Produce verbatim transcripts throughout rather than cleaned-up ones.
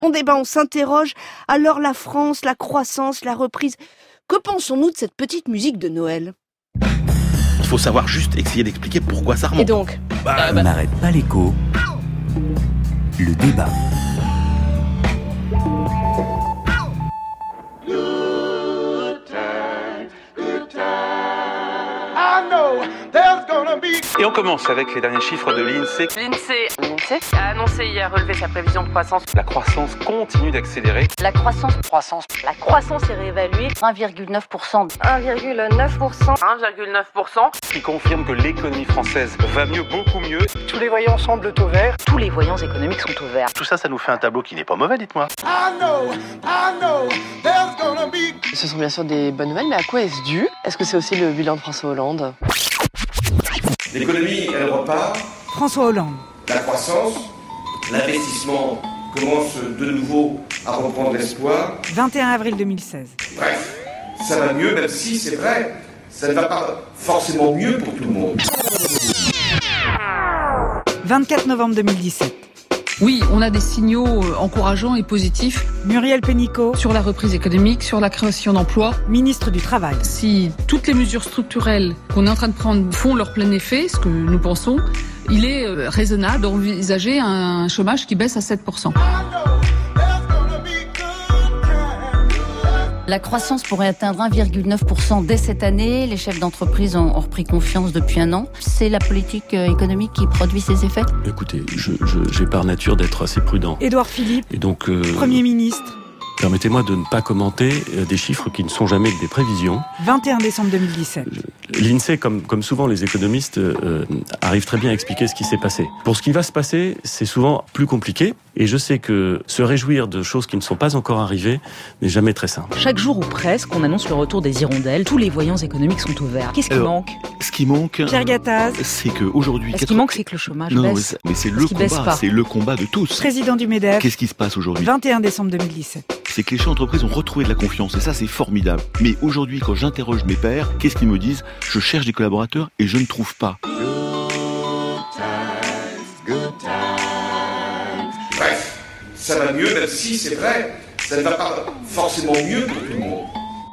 On débat, on s'interroge. Alors la France, la croissance, la reprise. Que pensons-nous de cette petite musique de Noël ? Il faut savoir juste essayer d'expliquer pourquoi ça remonte. Et donc bah, On n'arrête pas l'écho. Le débat. Et on commence avec les derniers chiffres de l'INSEE. L'INSEE, l'INSEE a annoncé hier relever sa prévision de croissance. La croissance continue d'accélérer. La croissance, croissance, la croissance est réévaluée un virgule neuf pour cent. un virgule neuf pour cent. un virgule neuf pour cent. Qui confirme que l'économie française va mieux, beaucoup mieux. Tous les voyants semblent au vert. Tous les voyants économiques sont au vert. Tout ça, ça nous fait un tableau qui n'est pas mauvais, dites-moi. I know, I know, there's gonna be... Ce sont bien sûr des bonnes nouvelles, mais à quoi est-ce dû ? Est-ce que c'est aussi le bilan de François Hollande ? L'économie, elle repart. François Hollande. La croissance, l'investissement commence de nouveau à reprendre l'espoir. vingt et un avril deux mille seize. Bref, ça va mieux, même si, c'est vrai, ça ne va pas forcément mieux pour tout le monde. vingt-quatre novembre deux mille dix-sept. Oui, on a des signaux encourageants et positifs. Muriel Pénicaud, sur la reprise économique, sur la création d'emplois. Ministre du Travail. Si toutes les mesures structurelles qu'on est en train de prendre font leur plein effet, ce que nous pensons, il est raisonnable d'envisager un chômage qui baisse à sept pour cent. La croissance pourrait atteindre un virgule neuf pour cent dès cette année. Les chefs d'entreprise ont repris confiance depuis un an. C'est la politique économique qui produit ces effets ? Écoutez, je, je, j'ai par nature d'être assez prudent. Édouard Philippe, Et donc, euh, Premier ministre. Permettez-moi de ne pas commenter des chiffres qui ne sont jamais que des prévisions. vingt et un décembre deux mille dix-sept. L'INSEE, comme, comme souvent les économistes, euh, arrive très bien à expliquer ce qui s'est passé. Pour ce qui va se passer, c'est souvent plus compliqué. Et je sais que se réjouir de choses qui ne sont pas encore arrivées n'est jamais très simple. Chaque jour ou presque, on annonce le retour des hirondelles. Tous les voyants économiques sont au vert. Qu'est-ce qui Alors, manque ? Ce qui manque, Pierre Gattaz, c'est qu'aujourd'hui... Ce quatre... qui manque, c'est que le chômage non, baisse. mais c'est le combat, c'est le combat de tous. Président du MEDEF. Qu'est-ce qui se passe aujourd'hui ? vingt et un décembre deux mille dix-sept. C'est que les chefs d'entreprise ont retrouvé de la confiance, et ça c'est formidable. Mais aujourd'hui, quand j'interroge mes pairs, qu'est-ce qu'ils me disent ? Je cherche des collaborateurs et je ne trouve pas. Bref, ça va mieux, même si, c'est vrai, ça ne va pas forcément mieux pour tout le monde.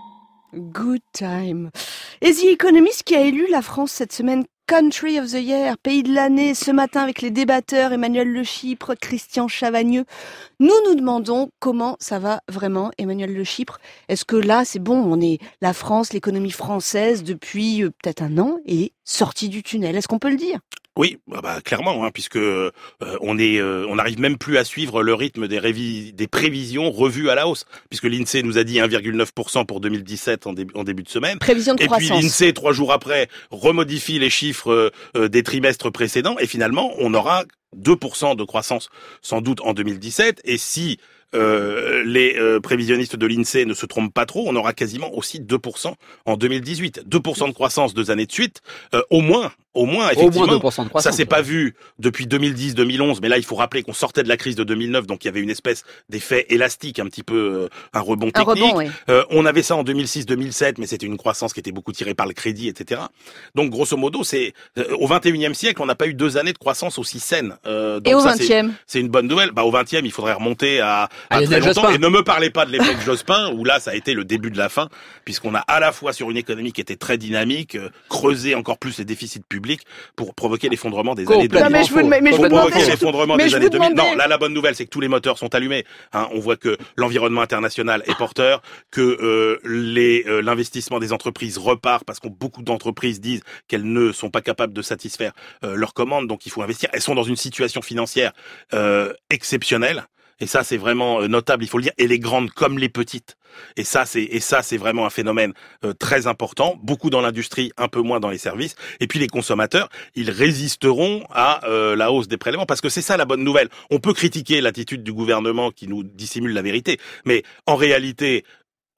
Good time. Et The Economist qui a élu la France cette semaine Country of the Year, pays de l'année, ce matin avec les débatteurs Emmanuel Le Chypre, Christian Chavagneux. Nous nous demandons comment ça va vraiment, Emmanuel Le Chypre. Est-ce que là, c'est bon, on est la France, l'économie française depuis euh, peut-être un an est sortie du tunnel. Est-ce qu'on peut le dire ? Oui, bah, bah clairement, hein, puisque euh, on est, euh, on n'arrive même plus à suivre le rythme des, révis, des prévisions revues à la hausse, puisque l'INSEE nous a dit un virgule neuf pour cent pour deux mille dix-sept en, dé, en début de semaine. Prévision de et croissance. Et puis l'INSEE, trois jours après, remodifie les chiffres euh, des trimestres précédents, et finalement, on aura deux pour cent de croissance sans doute en deux mille dix-sept, et si Euh, les euh, prévisionnistes de l'INSEE ne se trompent pas trop, on aura quasiment aussi deux pour cent en deux mille dix-huit. deux pour cent de croissance deux années de suite, euh, au moins, au moins, effectivement. Au moins deux pour cent de croissance. Ça s'est pas vu depuis deux mille dix deux mille onze, mais là, il faut rappeler qu'on sortait de la crise de deux mille neuf, donc il y avait une espèce d'effet élastique, un petit peu, euh, un rebond technique. Un rebond, oui. euh, on avait ça en deux mille six deux mille sept, mais c'était une croissance qui était beaucoup tirée par le crédit, et cetera. Donc, grosso modo, c'est euh, au vingt et unième siècle, on n'a pas eu deux années de croissance aussi saine. Euh, donc et au ça, vingtième c'est, c'est une bonne nouvelle. Bah, au vingtième, il faudrait remonter à, à ah, très longtemps. Et ne me parlez pas de l'époque Jospin, où là, ça a été le début de la fin, puisqu'on a à la fois sur une économie qui était très dynamique, euh, creusé encore plus les déficits publics pour provoquer l'effondrement des années deux mille. Non, mais je vous, mais, mais pour je provoquer demandais, l'effondrement mais des je années vous deux mille. demandais. Non, là, la bonne nouvelle, c'est que tous les moteurs sont allumés. Hein, on voit que l'environnement international est porteur, que euh, les, euh, l'investissement des entreprises repart, parce que beaucoup d'entreprises disent qu'elles ne sont pas capables de satisfaire euh, leurs commandes, donc il faut investir. Elles sont dans une situation financière euh, exceptionnelle. Et ça, c'est vraiment notable, il faut le dire, et les grandes comme les petites. Et ça, c'est et ça, c'est vraiment un phénomène euh, très important. Beaucoup dans l'industrie, un peu moins dans les services. Et puis les consommateurs, ils résisteront à euh, la hausse des prélèvements, parce que c'est ça la bonne nouvelle. On peut critiquer l'attitude du gouvernement qui nous dissimule la vérité, mais en réalité,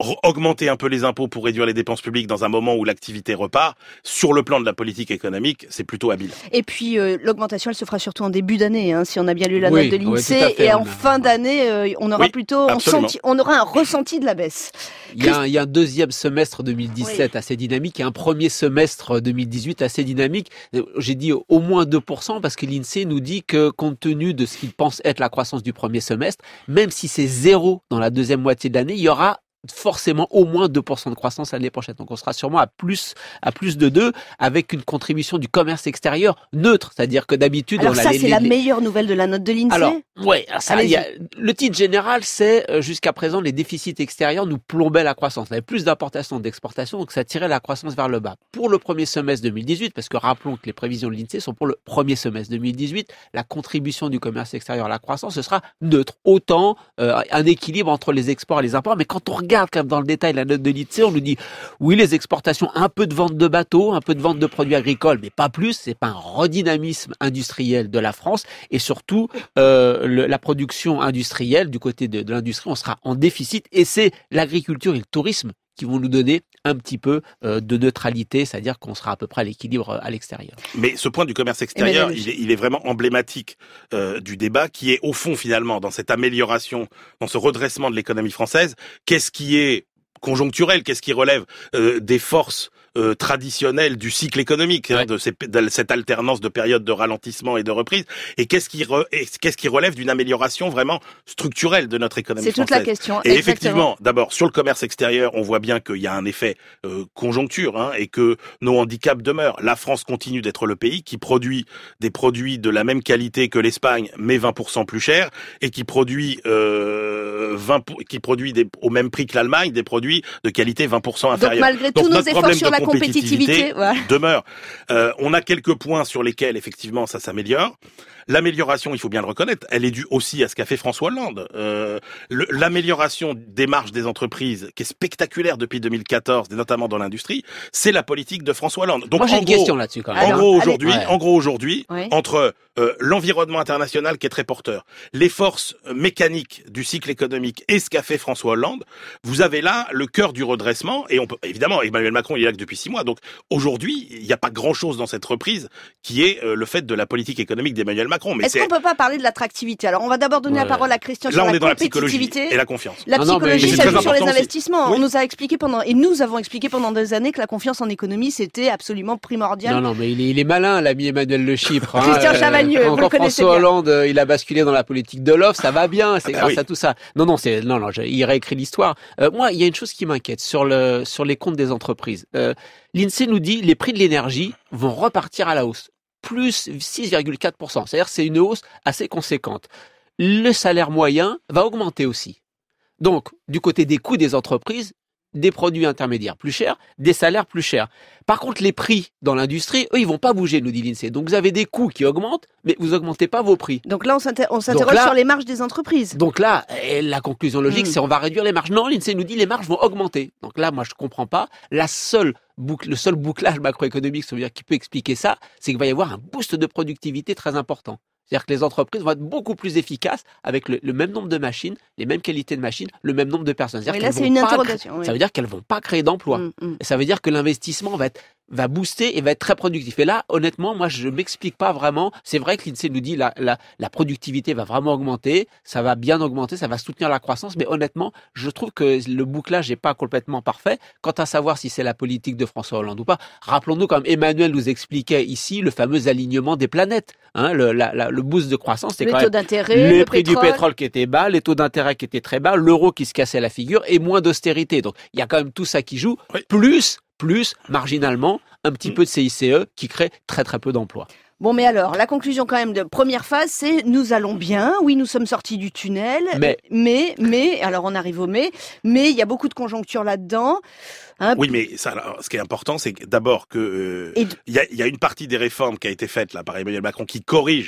augmenter un peu les impôts pour réduire les dépenses publiques dans un moment où l'activité repart, sur le plan de la politique économique, c'est plutôt habile. Et puis euh, l'augmentation, elle se fera surtout en début d'année, hein, si on a bien lu la oui, note de l'INSEE. Oui, et en a... fin d'année, euh, on aura oui, plutôt, on, senti, on aura un ressenti de la baisse. Il y a un, il y a un deuxième semestre deux mille dix-sept oui. assez dynamique et un premier semestre deux mille dix-huit assez dynamique. J'ai dit au moins deux pour cent parce que l'INSEE nous dit que compte tenu de ce qu'il pense être la croissance du premier semestre, même si c'est zéro dans la deuxième moitié de l'année, il y aura forcément au moins deux pour cent de croissance l'année prochaine. Donc on sera sûrement à plus à plus de deux avec une contribution du commerce extérieur neutre, c'est-à-dire que d'habitude alors on ça a les, c'est les, la les... meilleure nouvelle de la note de l'INSEE. Alors ouais, ça, il y a, le titre général c'est euh, jusqu'à présent les déficits extérieurs nous plombaient la croissance. On avait plus d'importations que d'exportations, donc ça tirait la croissance vers le bas. Pour le premier semestre deux mille dix-huit, parce que rappelons que les prévisions de l'INSEE sont pour le premier semestre deux mille dix-huit, la contribution du commerce extérieur à la croissance ce sera neutre, autant euh, un équilibre entre les exports et les imports. Mais quand on regarde quand même dans le détail la note de l'INSEE, on nous dit oui les exportations, un peu de vente de bateaux, un peu de vente de produits agricoles, mais pas plus. C'est pas un redynamisme industriel de la France et surtout euh, le, la production industrielle du côté de, de l'industrie, on sera en déficit et c'est l'agriculture et le tourisme qui vont nous donner un petit peu euh, de neutralité, c'est-à-dire qu'on sera à peu près à l'équilibre à l'extérieur. Mais ce point du commerce extérieur, il est, il est vraiment emblématique euh, du débat qui est au fond finalement dans cette amélioration, dans ce redressement de l'économie française. Qu'est-ce qui est conjoncturel, qu'est-ce qui relève euh, des forces euh, traditionnelles du cycle économique, ouais. hein, de, ces, de cette alternance de périodes de ralentissement et de reprise, et qu'est-ce qui, re, et qu'est-ce qui relève d'une amélioration vraiment structurelle de notre économie C'est française. toute la question. Et exactement. effectivement, d'abord sur le commerce extérieur, on voit bien qu'il y a un effet euh, conjoncture, hein, et que nos handicaps demeurent. La France continue d'être le pays qui produit des produits de la même qualité que l'Espagne, mais vingt pour cent plus cher, et qui produit euh, vingt, qui produit des, au même prix que l'Allemagne des produits de qualité vingt pour cent inférieure. Donc malgré tous nos efforts sur la compétitivité, voilà. demeure. Euh, on a quelques points sur lesquels effectivement ça s'améliore. L'amélioration, il faut bien le reconnaître, elle est due aussi à ce qu'a fait François Hollande. Euh, le, l'amélioration des marges des entreprises, qui est spectaculaire depuis deux mille quatorze, et notamment dans l'industrie, c'est la politique de François Hollande. Donc, moi j'ai en une gros, question là-dessus quand même. En Alors, gros aujourd'hui, ouais. en gros aujourd'hui, ouais. entre euh, l'environnement international qui est très porteur, les forces mécaniques du cycle économique et ce qu'a fait François Hollande, vous avez là le cœur du redressement. Et on peut évidemment, Emmanuel Macron il est là que depuis six mois. Donc aujourd'hui, il n'y a pas grand-chose dans cette reprise qui est euh, le fait de la politique économique d'Emmanuel Macron. Mais Est-ce c'est... qu'on peut pas parler de l'attractivité? Alors on va d'abord donner ouais. la parole à Christian là, sur on la est dans compétitivité la psychologie et la confiance. La non, psychologie, non, ça joue sur les aussi. investissements. Oui. On nous a expliqué pendant et nous avons expliqué pendant des années que la confiance en économie c'était absolument primordial. Non, non, mais il est, il est malin, l'ami Emmanuel Le Chypre. Hein. Christian Chavagneux, euh, encore François Hollande, euh, il a basculé dans la politique de l'offre, ça va bien, c'est ah, grâce oui. à tout ça. Non, non, c'est non, non, je, il réécrit l'histoire. Euh, moi, il y a une chose qui m'inquiète sur le sur les comptes des entreprises. Euh, L'INSEE nous dit les prix de l'énergie vont repartir à la hausse, plus six virgule quatre pour cent. C'est-à-dire c'est une hausse assez conséquente. Le salaire moyen va augmenter aussi. Donc, du côté des coûts des entreprises, des produits intermédiaires plus chers, des salaires plus chers. Par contre, les prix dans l'industrie, eux, ils vont pas bouger, nous dit l'INSEE. Donc, vous avez des coûts qui augmentent, mais vous augmentez pas vos prix. Donc là, on, s'inter- on s'interroge là, sur les marges des entreprises. Donc là, la conclusion logique, mmh. c'est on va réduire les marges. Non, l'INSEE nous dit les marges vont augmenter. Donc là, moi, je comprends pas. La seule boucle, le seul bouclage macroéconomique, ça veut dire qui peut expliquer ça, c'est qu'il va y avoir un boost de productivité très important. C'est-à-dire que les entreprises vont être beaucoup plus efficaces avec le, le même nombre de machines, les mêmes qualités de machines, le même nombre de personnes. C'est-à-dire oui, là, qu'elles c'est vont une pas interrogation. Créer, oui. Ça veut dire qu'elles vont pas créer d'emplois. Mmh, mmh. Ça veut dire que l'investissement va être va booster et va être très productif. Et là, honnêtement, moi, je m'explique pas vraiment. C'est vrai que l'INSEE nous dit la, la, la productivité va vraiment augmenter, ça va bien augmenter, ça va soutenir la croissance. Mais honnêtement, je trouve que le bouclage n'est pas complètement parfait. Quant à savoir si c'est la politique de François Hollande ou pas, rappelons-nous comme Emmanuel nous expliquait ici le fameux alignement des planètes. Hein, le, la, la, le boost de croissance, c'est les quand taux même d'intérêt, les le prix pétrole. du pétrole qui étaient bas, les taux d'intérêt qui étaient très bas, l'euro qui se cassait la figure et moins d'austérité. Donc il y a quand même tout ça qui joue, oui. plus plus marginalement un petit mmh. peu de C I C E qui crée très très peu d'emplois. Bon, mais alors, la conclusion quand même de première phase, c'est nous allons bien. Oui, nous sommes sortis du tunnel. Mais, mais, mais alors on arrive au mais, mais il y a beaucoup de conjoncture là-dedans. Hein. Oui, mais ça, alors, ce qui est important, c'est que, d'abord que il euh, y, a, y a une partie des réformes qui a été faite là par Emmanuel Macron qui corrige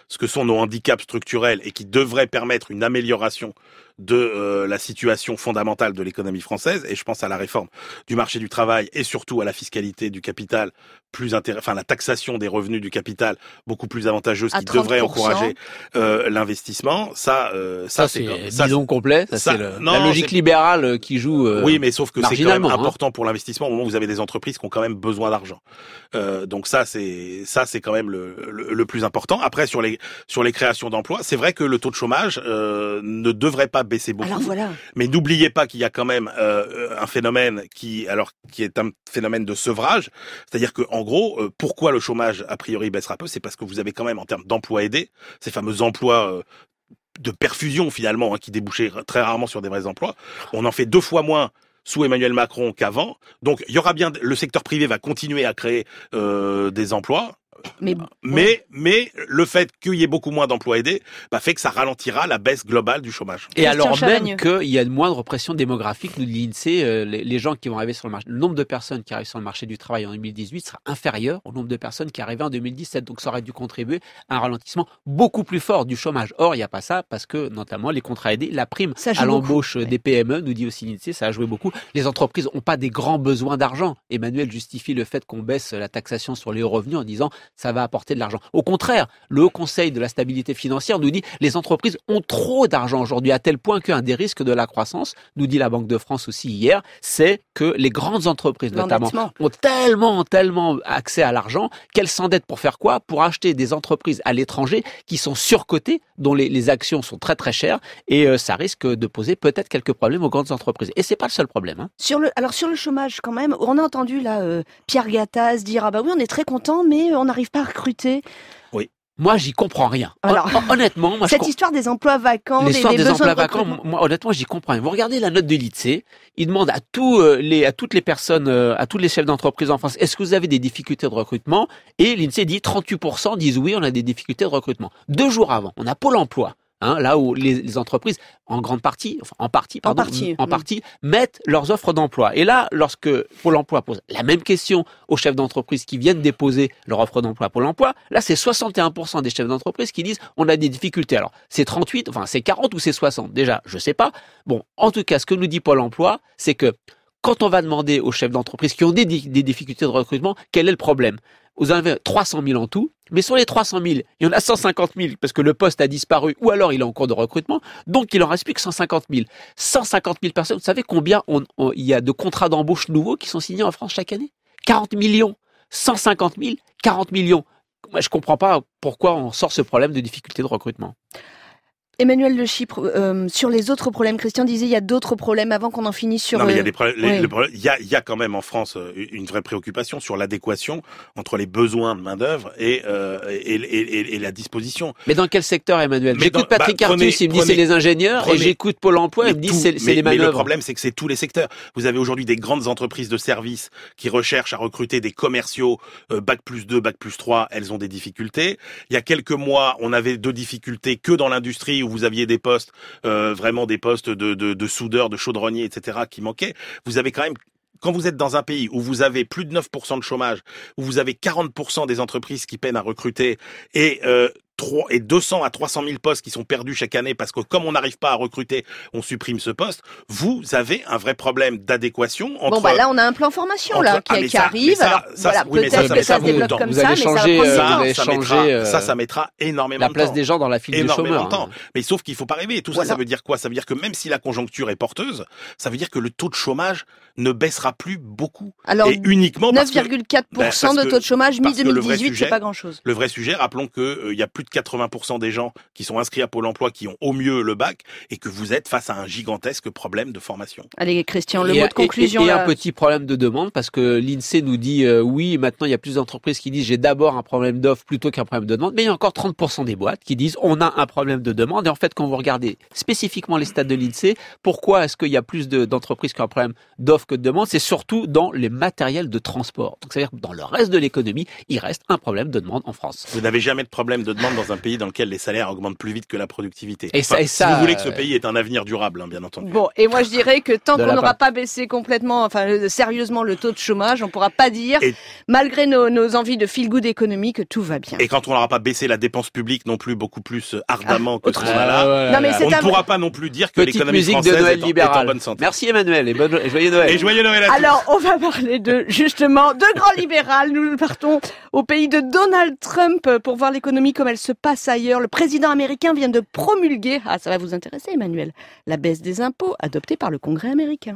ce que sont nos handicaps structurels et qui devraient permettre une amélioration de euh, la situation fondamentale de l'économie française, et je pense à la réforme du marché du travail et surtout à la fiscalité du capital plus intéressante, enfin la taxation des revenus du capital beaucoup plus avantageuse qui devrait encourager euh, l'investissement. Ça, euh, ça, ça c'est, c'est ça, bidon complet. Ça, ça c'est le, non, la logique c'est... libérale qui joue. Euh, oui, mais sauf que c'est quand même hein. important pour l'investissement au moment où vous avez des entreprises qui ont quand même besoin d'argent. Euh, donc ça, c'est ça, c'est quand même le, le, le plus important. Après, sur les sur les créations d'emplois, c'est vrai que le taux de chômage euh, ne devrait pas baisser beaucoup. Alors voilà. Mais n'oubliez pas qu'il y a quand même euh, un phénomène qui, alors, qui est un phénomène de sevrage. C'est-à-dire que, en gros, euh, pourquoi le chômage a priori baissera peu, c'est parce que vous avez quand même en termes d'emplois aidés, ces fameux emplois euh, de perfusion finalement, hein, qui débouchaient très rarement sur des vrais emplois. On en fait deux fois moins sous Emmanuel Macron qu'avant. Donc, il y aura bien, le secteur privé va continuer à créer euh, des emplois. Mais, mais, ouais. mais le fait qu'il y ait beaucoup moins d'emplois aidés bah, fait que ça ralentira la baisse globale du chômage. Et alors même qu'il y a une moindre pression démographique, nous dit l'INSEE, euh, les, les gens qui vont arriver sur le marché, le nombre de personnes qui arrivent sur le marché du travail en deux mille dix-huit sera inférieur au nombre de personnes qui arrivaient en deux mille dix-sept. Donc ça aurait dû contribuer à un ralentissement beaucoup plus fort du chômage. Or, il n'y a pas ça parce que notamment les contrats aidés, la prime à l'embauche beaucoup. Des P M E, nous dit aussi l'INSEE, ça a joué beaucoup. Les entreprises n'ont pas des grands besoins d'argent. Emmanuel justifie le fait qu'on baisse la taxation sur les hauts revenus en disant ça va apporter de l'argent. Au contraire, le Haut Conseil de la stabilité financière nous dit les entreprises ont trop d'argent aujourd'hui, à tel point qu'un des risques de la croissance, nous dit la Banque de France aussi hier, c'est que les grandes entreprises notamment ont tellement, tellement accès à l'argent qu'elles s'endettent pour faire quoi ? Pour acheter des entreprises à l'étranger qui sont surcotées, dont les, les actions sont très très chères, et euh, ça risque de poser peut-être quelques problèmes aux grandes entreprises. Et c'est pas le seul problème. Hein. Sur le, alors sur le chômage quand même, on a entendu là euh, Pierre Gattaz dire ah bah oui on est très content mais on n'arrive pas à recruter. Oui. Moi, j'y comprends rien. Alors, honnêtement, moi, cette je... histoire des emplois vacants, l'histoire des, des emplois vacants, moi, honnêtement, j'y comprends rien. Vous regardez la note de l'INSEE, il demande à tous les, à toutes les personnes, à tous les chefs d'entreprise en France, est-ce que vous avez des difficultés de recrutement ? Et l'INSEE dit trente-huit pour cent disent oui, on a des difficultés de recrutement. Deux jours avant, on a Pôle emploi. Hein, là où les, les entreprises, en grande partie, enfin en partie, pardon, en partie, en oui. partie, mettent leurs offres d'emploi. Et là, lorsque Pôle emploi pose la même question aux chefs d'entreprise qui viennent déposer leur offre d'emploi à Pôle emploi, là, c'est soixante et un pour cent des chefs d'entreprise qui disent on a des difficultés. Alors, c'est trente-huit, enfin, c'est quarante ou c'est soixante. Déjà, je sais pas. Bon, en tout cas, ce que nous dit Pôle emploi, c'est que quand on va demander aux chefs d'entreprise qui ont des, des difficultés de recrutement, quel est le problème ? Vous en avez trois cent mille en tout, mais sur les trois cent mille, il y en a cent cinquante mille parce que le poste a disparu ou alors il est en cours de recrutement, donc il en reste plus que cent cinquante mille. cent cinquante mille personnes, vous savez combien on, on, il y a de contrats d'embauche nouveaux qui sont signés en France chaque année ? quarante millions. cent cinquante mille, quarante millions. Moi, je comprends pas pourquoi on sort ce problème de difficulté de recrutement. Emmanuel Le Chypre, euh, sur les autres problèmes, Christian disait il y a d'autres problèmes avant qu'on en finisse sur... Non, mais il y a euh, des problèmes. ouais. Les, les problèmes, il y a, il y a quand même en France une vraie préoccupation sur l'adéquation entre les besoins de main d'œuvre et, euh, et, et, et, et la disposition. Mais dans quel secteur, Emmanuel ? Mais J'écoute dans, Patrick bah, Artus, prenez, il me dit prenez, c'est les ingénieurs, prenez, et j'écoute Pôle emploi, il me dit c'est, c'est mais, les manœuvres. Mais le problème, c'est que c'est tous les secteurs. Vous avez aujourd'hui des grandes entreprises de services qui recherchent à recruter des commerciaux, euh, bac plus deux, bac plus trois, elles ont des difficultés. Il y a quelques mois, on avait deux difficultés que dans l'industrie où vous aviez des postes Euh, vraiment des postes de, de, de soudeurs, de chaudronniers, et cetera qui manquaient. Vous avez quand même, quand vous êtes dans un pays où vous avez plus de neuf pour cent de chômage, où vous avez quarante pour cent des entreprises qui peinent à recruter et euh, et deux cents à trois cent mille postes qui sont perdus chaque année parce que comme on n'arrive pas à recruter, on supprime ce poste, vous avez un vrai problème d'adéquation entre... Bon, bah là, on a un plan formation entre, là, qui, ah, qui ça, arrive. Ça, alors, ça, voilà, oui, peut-être ça, ça, que ça, ça se développe comme vous ça, mais changer, ça va prendre euh, du temps. allez ça, changer, mettra, euh, ça, ça mettra énormément la de temps. La place des gens dans la file du chômeur. De temps. Hein. Mais sauf qu'il faut pas rêver. Et tout voilà. Ça, ça veut dire quoi ? Ça veut dire que même si la conjoncture est porteuse, ça veut dire que le taux de chômage ne baissera plus beaucoup. Alors, et uniquement neuf virgule quatre pour cent ben, de taux de chômage mi-deux mille dix-huit, sujet, c'est pas grand-chose. Le vrai sujet, rappelons qu'il euh, y a plus de quatre-vingts pour cent des gens qui sont inscrits à Pôle emploi qui ont au mieux le bac et que vous êtes face à un gigantesque problème de formation. Allez Christian, le et mot de conclusion. Et, et, et là... un petit problème de demande parce que l'INSEE nous dit euh, oui, maintenant il y a plus d'entreprises qui disent j'ai d'abord un problème d'offre plutôt qu'un problème de demande, mais il y a encore trente pour cent des boîtes qui disent on a un problème de demande. Et en fait, quand vous regardez spécifiquement les stats de l'INSEE, pourquoi est-ce qu'il y a plus de, d'entreprises qui ont un problème d'offre que de demande ? C'est surtout dans les matériels de transport. Donc c'est-à-dire que dans le reste de l'économie, il reste un problème de demande en France. Vous n'avez jamais de problème de demande dans un pays dans lequel les salaires augmentent plus vite que la productivité. Et ça, enfin, et ça, si vous voulez que ce euh... pays ait un avenir durable, hein, bien entendu. Bon, et moi je dirais que tant De qu'on la n'aura part. pas baissé complètement, enfin euh, sérieusement le taux de chômage, on pourra pas dire, Et- malgré nos, nos envies de feel-good économique, que tout va bien. Et quand on n'aura pas baissé la dépense publique non plus beaucoup plus euh, ardemment Ah, que ce qu'on a là, Ah, ouais, Non, mais là, c'est on ne un- pourra pas non plus dire que Petite l'économie musique de française Noël est en, est en libéral. bonne santé. Merci Emmanuel et, bonne, et joyeux Noël. Et joyeux Noël à tous. Alors, on va parler de, justement, de grand libéral. Nous partons au pays de Donald Trump pour voir l'économie comme elle se passe ailleurs. Le président américain vient de promulguer, ah, ça va vous intéresser, Emmanuel, la baisse des impôts adoptée par le Congrès américain.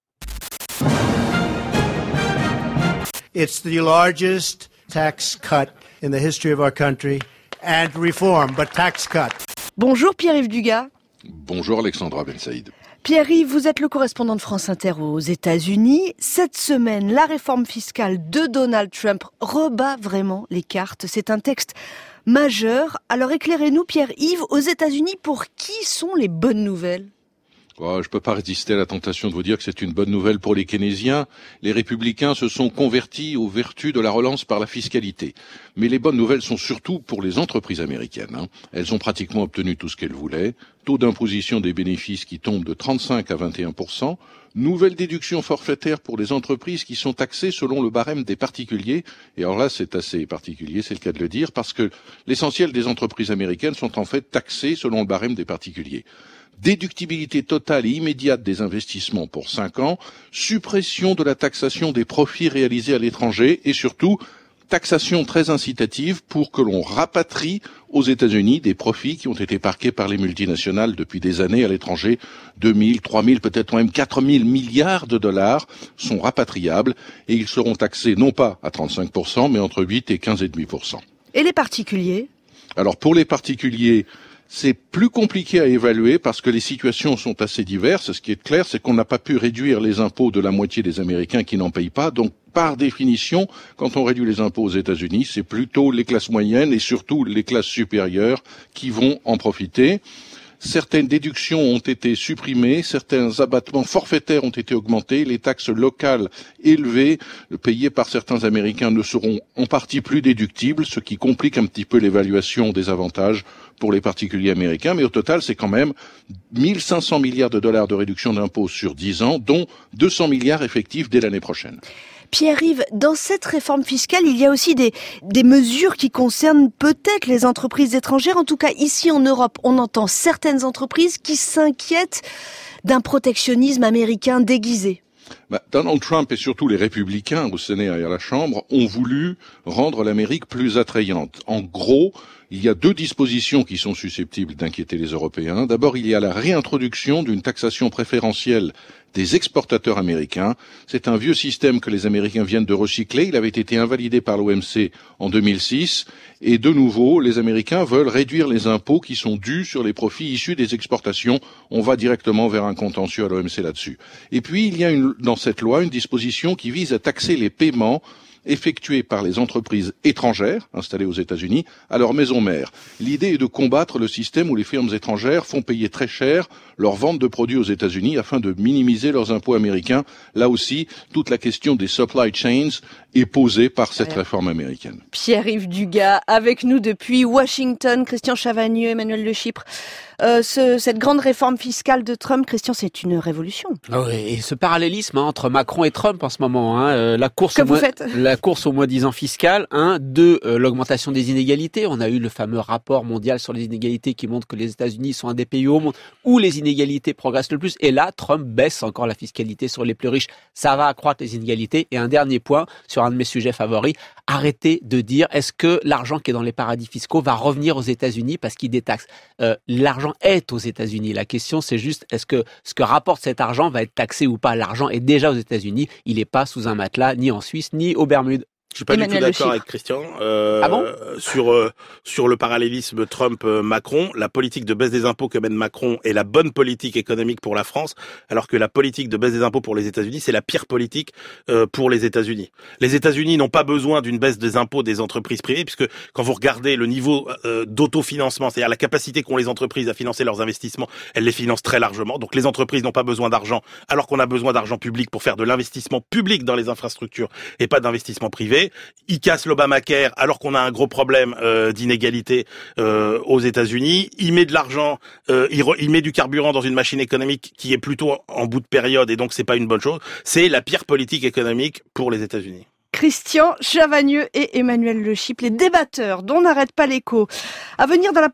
It's the largest tax cut in the history of our country, and reform, but tax cut. Bonjour Pierre-Yves Dugas. Bonjour Alexandra Ben Saïd. Pierre-Yves, vous êtes le correspondant de France Inter aux États-Unis. Cette semaine, la réforme fiscale de Donald Trump rebat vraiment les cartes. C'est un texte majeur. Alors éclairez-nous, Pierre-Yves, aux États-Unis, pour qui sont les bonnes nouvelles ? Oh, je peux pas résister à la tentation de vous dire que c'est une bonne nouvelle pour les Keynésiens. Les républicains se sont convertis aux vertus de la relance par la fiscalité. Mais les bonnes nouvelles sont surtout pour les entreprises américaines. Hein. Elles ont pratiquement obtenu tout ce qu'elles voulaient. Taux d'imposition des bénéfices qui tombe de trente-cinq à vingt et un pour cent. Nouvelle déduction forfaitaire pour les entreprises qui sont taxées selon le barème des particuliers. Et alors là, c'est assez particulier, c'est le cas de le dire, parce que l'essentiel des entreprises américaines sont en fait taxées selon le barème des particuliers. Déductibilité totale et immédiate des investissements pour cinq ans, suppression de la taxation des profits réalisés à l'étranger et surtout taxation très incitative pour que l'on rapatrie aux États-Unis des profits qui ont été parqués par les multinationales depuis des années à l'étranger. deux mille, trois mille, peut-être même quatre mille milliards de dollars sont rapatriables et ils seront taxés non pas à trente-cinq pour cent mais entre huit et quinze virgule cinq pour cent. Et les particuliers ? Alors pour les particuliers, c'est plus compliqué à évaluer parce que les situations sont assez diverses. Ce qui est clair, c'est qu'on n'a pas pu réduire les impôts de la moitié des Américains qui n'en payent pas. Donc, par définition, quand on réduit les impôts aux États-Unis, c'est plutôt les classes moyennes et surtout les classes supérieures qui vont en profiter. Certaines déductions ont été supprimées, certains abattements forfaitaires ont été augmentés, les taxes locales élevées payées par certains Américains ne seront en partie plus déductibles, ce qui complique un petit peu l'évaluation des avantages pour les particuliers américains. Mais au total, c'est quand même mille cinq cents milliards de dollars de réduction d'impôts sur dix ans, dont deux cents milliards effectifs dès l'année prochaine. Pierre-Yves, dans cette réforme fiscale, il y a aussi des, des mesures qui concernent peut-être les entreprises étrangères. En tout cas, ici en Europe, on entend certaines entreprises qui s'inquiètent d'un protectionnisme américain déguisé. Bah, Donald Trump et surtout les républicains au Sénat et à la Chambre ont voulu rendre l'Amérique plus attrayante. En gros, il y a deux dispositions qui sont susceptibles d'inquiéter les Européens. D'abord, il y a la réintroduction d'une taxation préférentielle des exportateurs américains. C'est un vieux système que les Américains viennent de recycler. Il avait été invalidé par l'O M C en deux mille six. Et de nouveau, les Américains veulent réduire les impôts qui sont dus sur les profits issus des exportations. On va directement vers un contentieux à l'O M C là-dessus. Et puis, il y a une, dans cette loi une disposition qui vise à taxer les paiements effectués par les entreprises étrangères installées aux États-Unis à leur maison mère. L'idée est de combattre le système où les firmes étrangères font payer très cher leur vente de produits aux États-Unis afin de minimiser leurs impôts américains. Là aussi, toute la question des supply chains est posée par cette réforme américaine. Pierre-Yves Dugas, avec nous depuis Washington, Christian Chavagneux, Emmanuel Le Chypre. Euh, ce, cette grande réforme fiscale de Trump, Christian, c'est une révolution. Oh, et ce parallélisme hein, entre Macron et Trump en ce moment, hein, euh, la course que au vous moins, faites la course au moins dix ans fiscal, hein, deux, euh, l'augmentation des inégalités. On a eu le fameux rapport mondial sur les inégalités qui montre que les États-Unis sont un des pays au monde où les inégalités progressent le plus. Et là, Trump baisse encore la fiscalité sur les plus riches. Ça va accroître les inégalités. Et un dernier point sur un de mes sujets favoris, arrêtez de dire est-ce que l'argent qui est dans les paradis fiscaux va revenir aux États-Unis parce qu'ils détaxent. Euh, l'argent est aux États-Unis. La question, c'est juste est-ce que ce que rapporte cet argent va être taxé ou pas. L'argent est déjà aux États-Unis. Il n'est pas sous un matelas, ni en Suisse, ni aux Bermudes. Je suis pas Emmanuel du tout d'accord avec Christian euh, ah bon sur euh, sur le parallélisme Trump-Macron. La politique de baisse des impôts que mène Macron est la bonne politique économique pour la France, alors que la politique de baisse des impôts pour les États-Unis, c'est la pire politique euh, pour les États-Unis. Les États-Unis n'ont pas besoin d'une baisse des impôts des entreprises privées, puisque quand vous regardez le niveau euh, d'autofinancement, c'est-à-dire la capacité qu'ont les entreprises à financer leurs investissements, elles les financent très largement. Donc les entreprises n'ont pas besoin d'argent, alors qu'on a besoin d'argent public pour faire de l'investissement public dans les infrastructures et pas d'investissement privé. arriver. Il casse l'Obamacare alors qu'on a un gros problème euh, d'inégalité euh, aux États-Unis. Il met de l'argent, euh, il, re, il met du carburant dans une machine économique qui est plutôt en bout de période et donc c'est pas une bonne chose. C'est la pire politique économique pour les États-Unis. Christian Chavagneux et Emmanuel Le Chypre, les débatteurs dont n'arrête pas l'écho. À venir dans la